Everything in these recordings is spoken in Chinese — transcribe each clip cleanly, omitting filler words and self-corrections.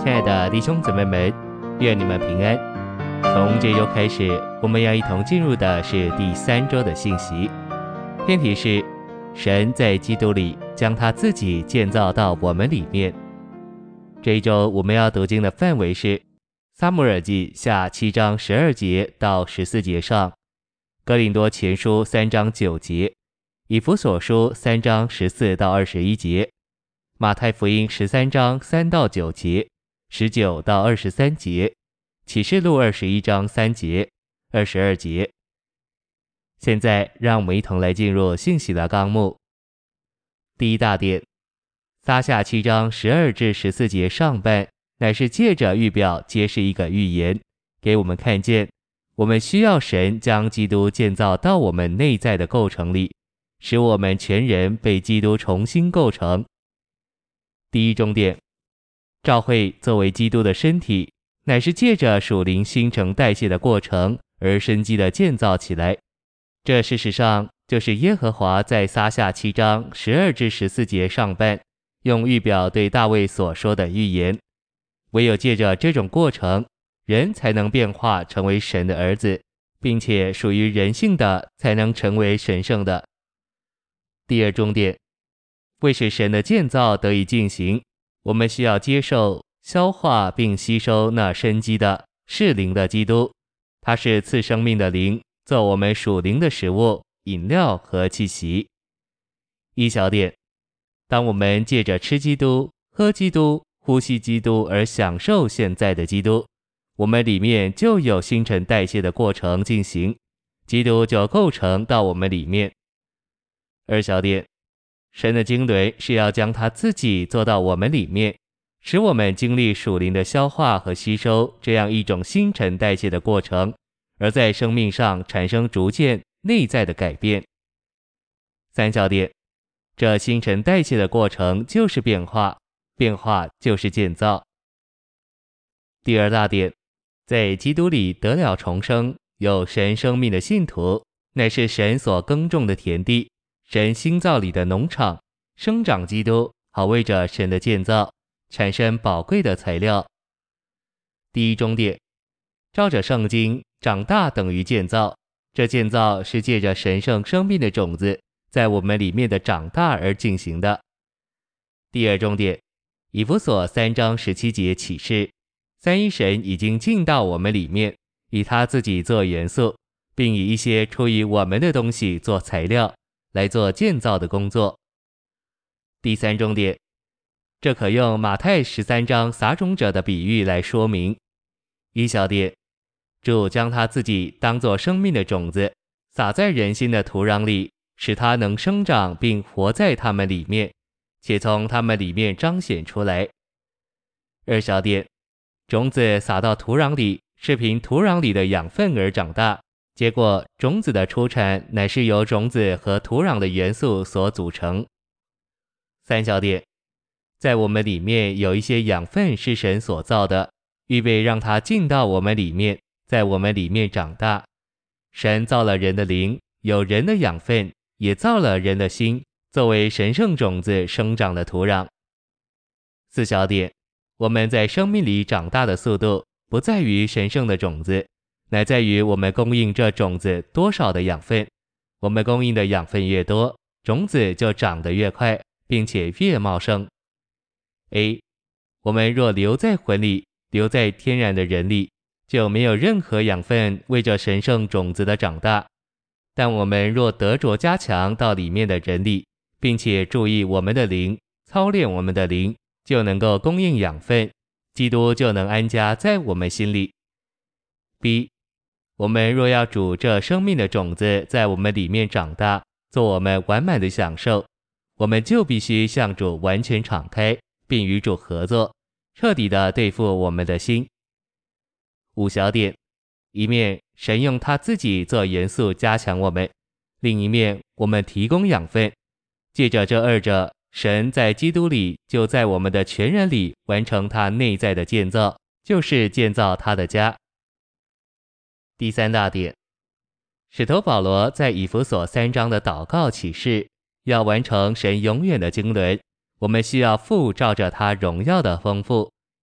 亲爱的弟兄姊妹们，愿你们平安。从这周开始，我们要一同进入的是第3周的信息。篇题是神在基督里将他自己建造到我们里面。这一周我们要读经的范围是撒母耳记下7章12节到14节上，哥林多前书3章9节，以弗所书3章14到21节，马太福音13章3到9节，19到23节，启示录21章3节，22节。现在让我们一同来进入信息的纲目。第一大点，撒下7章12至14节上半乃是借着预表揭示一个预言，给我们看见我们需要神将基督建造到我们内在的构成里，使我们全人被基督重新构成。第一重点，教会作为基督的身体，乃是借着属灵新陈代谢的过程而生机的建造起来。这事实上就是耶和华在撒下7章12至14节上半用预表对大卫所说的预言。唯有借着这种过程，人才能变化成为神的儿子，并且属于人性的才能成为神圣的。第二重点，为使神的建造得以进行，我们需要接受、消化并吸收那生机的是灵的基督，他是赐生命的灵，做我们属灵的食物、饮料和气息。一小点，当我们借着吃基督、喝基督、呼吸基督而享受现在的基督，我们里面就有新陈代谢的过程进行，基督就构成到我们里面。二小点，神的经纶是要将他自己做到我们里面，使我们经历属灵的消化和吸收这样一种新陈代谢的过程，而在生命上产生逐渐内在的改变。三小点，这新陈代谢的过程就是变化，变化就是建造。第二大点，在基督里得了重生，有神生命的信徒，乃是神所耕种的田地，神新造里的农场，生长基督，好为着神的建造产生宝贵的材料。第一重点，照着圣经，长大等于建造，这建造是借着神圣生命的种子在我们里面的长大而进行的。第二重点，以弗所3章17节启示，三一神已经进到我们里面，以他自己做元素，并以一些出于我们的东西做材料，来做建造的工作。第三重点，这可用马太13章撒种者的比喻来说明。一小点，主将他自己当作生命的种子，撒在人心的土壤里，使它能生长并活在他们里面，且从他们里面彰显出来。二小点，种子撒到土壤里，是凭土壤里的养分而长大，结果种子的出产乃是由种子和土壤的元素所组成。三小点，在我们里面有一些养分是神所造的，预备让它进到我们里面，在我们里面长大。神造了人的灵，有人的养分，也造了人的心，作为神圣种子生长的土壤。四小点，我们在生命里长大的速度，不在于神圣的种子，乃在于我们供应这种子多少的养分。我们供应的养分越多，种子就长得越快，并且越茂盛。A， 我们若留在魂里，留在天然的人里，就没有任何养分为着神圣种子的长大。但我们若得着加强到里面的人力，并且注意我们的灵，操练我们的灵，就能够供应养分，基督就能安家在我们心里。B， 我们若要主这生命的种子在我们里面长大，做我们完满的享受，我们就必须向主完全敞开，并与主合作，彻底地对付我们的心。五小点，一面神用他自己做元素加强我们，另一面我们提供养分，借着这二者，神在基督里就在我们的全人里完成他内在的建造，就是建造他的家。第三大点，使徒保罗在以弗所3章的祷告启示，要完成神永远的经纶，我们需要父照着他荣耀的丰富，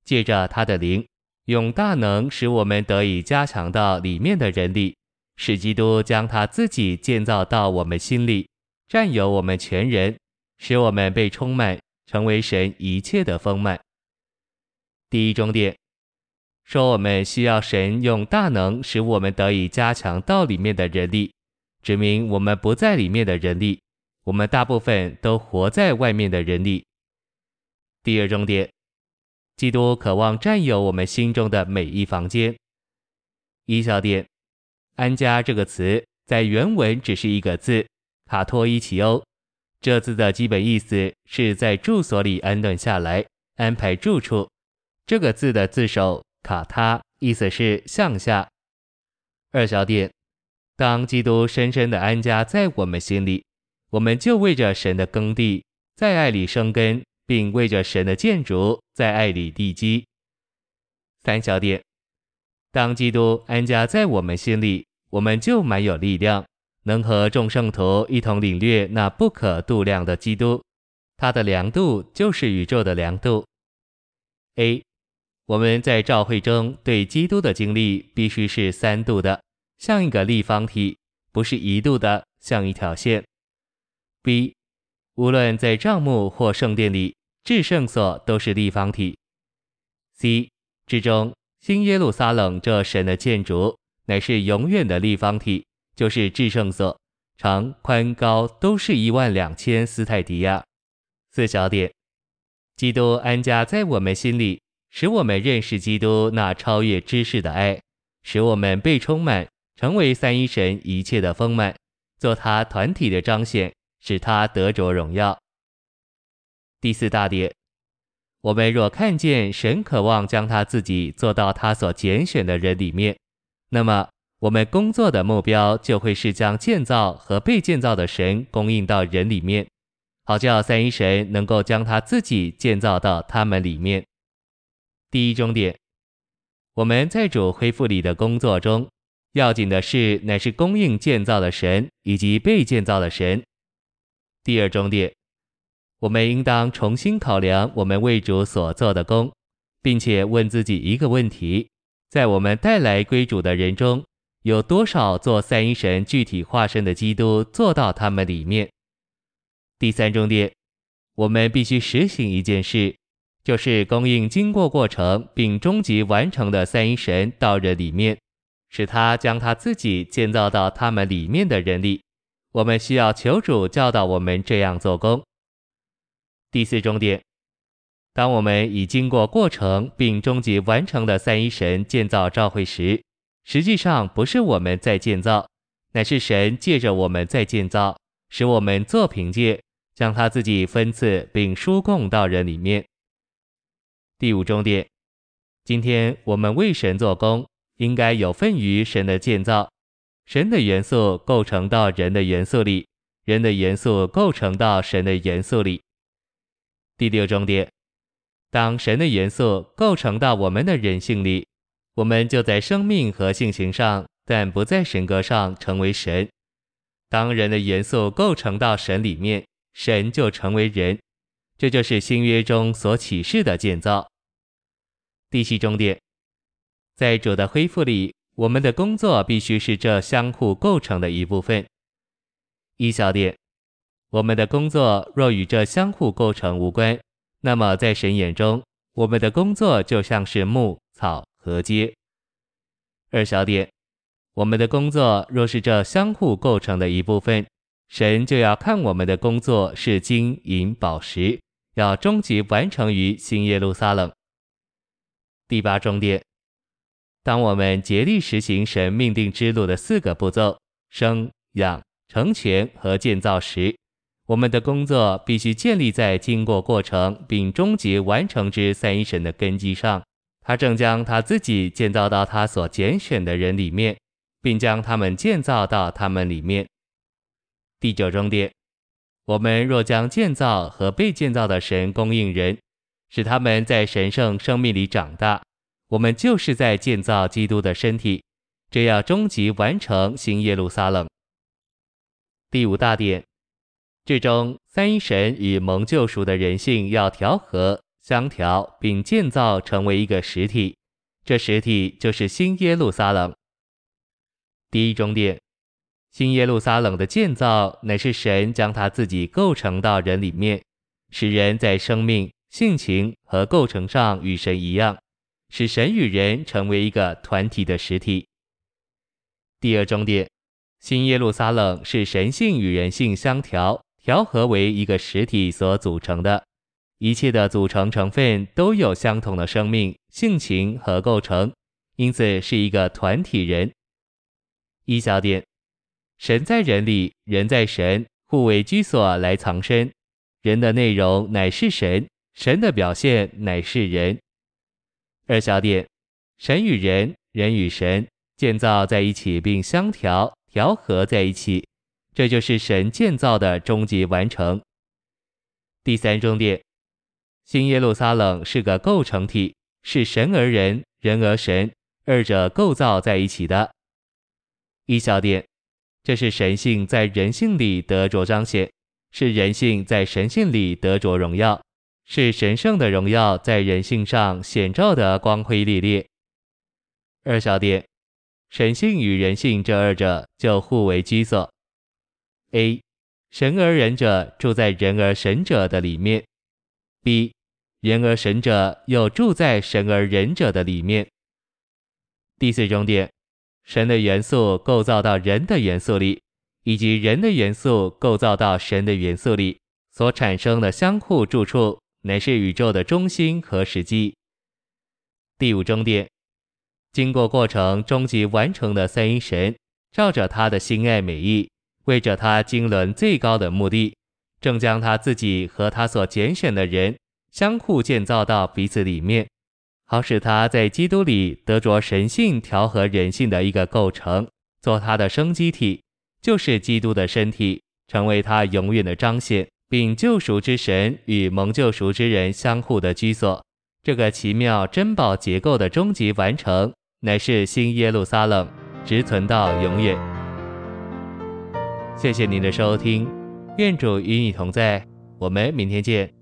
借着他的灵，用大能使我们得以加强到里面的人里，使基督将他自己建造到我们心里，占有我们全人，使我们被充满，成为神一切的丰满。第一重点说，我们需要神用大能使我们得以加强到里面的人力，指明我们不在里面的人力，我们大部分都活在外面的人力。第二重点，基督渴望占有我们心中的每一房间。一小点，安家这个词在原文只是一个字，卡托伊奇欧，这字的基本意思是在住所里安顿下来，安排住处。这个字的字首卡他意思是向下。二小点，当基督深深地安家在我们心里，我们就为着神的耕地在爱里生根，并为着神的建筑在爱里地基。三小点，当基督安家在我们心里，我们就满有力量，能和众圣徒一同领略那不可度量的基督，他的量度就是宇宙的量度。A，我们在召会中对基督的经历必须是3度的，像一个立方体，不是1度的，像一条线。B， 无论在帐幕或圣殿里，至圣所都是立方体。C， 之中新耶路撒冷这神的建筑乃是永远的立方体，就是至圣所，长宽高都是12000斯泰迪亚。4小点，基督安家在我们心里，使我们认识基督那超越知识的爱，使我们被充满，成为三一神一切的丰满，做他团体的彰显，使他得着荣耀。第4大点，我们若看见神渴望将他自己做到他所拣选的人里面，那么我们工作的目标就会是将建造和被建造的神供应到人里面，好叫三一神能够将他自己建造到他们里面。第一重点，我们在主恢复里的工作中，要紧的是乃是供应建造的神以及被建造的神。第二重点，我们应当重新考量我们为主所做的工，并且问自己一个问题，在我们带来归主的人中，有多少做三一神具体化身的基督做到他们里面。第三重点，我们必须实行一件事，就是供应经过过程并终极完成的三一神到人里面，使他将他自己建造到他们里面的人里。我们需要求主教导我们这样做工。第4重点，当我们已经过过程并终极完成的三一神建造召会时，实际上不是我们在建造，乃是神借着我们在建造，使我们做凭借，将他自己分赐并输供到人里面。第5重点，今天我们为神做工，应该有份于神的建造，神的元素构成到人的元素里，人的元素构成到神的元素里。第6重点，当神的元素构成到我们的人性里，我们就在生命和性情上，但不在神格上成为神。当人的元素构成到神里面，神就成为人，这就是新约中所启示的建造。第7重点，在主的恢复里，我们的工作必须是这相互构成的一部分。1小点，我们的工作若与这相互构成无关，那么在神眼中，我们的工作就像是牧草禾秸。2小点，我们的工作若是这相互构成的一部分，神就要看我们的工作是金银宝石，要终极完成于新耶路撒冷。第8重点，当我们竭力实行神命定之路的4个步骤，生养成全和建造时，我们的工作必须建立在经过过程并终极完成之三一神的根基上。他正将他自己建造到他所拣选的人里面，并将他们建造到他们里面。第9重点，我们若将建造和被建造的神供应人，使他们在神圣生命里长大，我们就是在建造基督的身体，这要终极完成新耶路撒冷。第5大点，最终三一神与蒙救赎的人性要调和， 相调并建造成为一个实体，这实体就是新耶路撒冷。第一中殿，新耶路撒冷的建造乃是神将他自己构成到人里面，使人在生命、性情和构成上与神一样，使神与人成为一个团体的实体。第二中殿，新耶路撒冷是神性与人性相调和为一个实体所组成的，一切的组成成分都有相同的生命、性情和构成，因此是一个团体人。一小点，神在人里，人在神，互为居所来藏身，人的内容乃是神，神的表现乃是人。二小点，神与人，人与神建造在一起并相调和在一起，这就是神建造的终极完成。第三中殿，新耶路撒冷是个构成体，是神而人，人而神，二者构造在一起的。一小点，这是神性在人性里得着彰显，是人性在神性里得着荣耀，是神圣的荣耀在人性上显照的光辉烈烈。二小点，神性与人性这二者就互为居所。A. 神而人者住在人而神者的里面。B. 人而神者又住在神而人者的里面。第四中点，神的元素构造到人的元素里，以及人的元素构造到神的元素里，所产生的相互住处，乃是宇宙的中心和实际。第五中点，经过过程终极完成的三一神，照着他的心爱美意，为着他经纶最高的目的，正将他自己和他所拣选的人相互建造到彼此里面，好使他在基督里得着神性调和人性的一个构成，做他的生机体，就是基督的身体，成为他永远的彰显，并救赎之神与蒙救赎之人相互的居所。这个奇妙珍宝结构的终极完成，乃是新耶路撒冷，直存到永远。谢谢您的收听，愿主与你同在，我们明天见。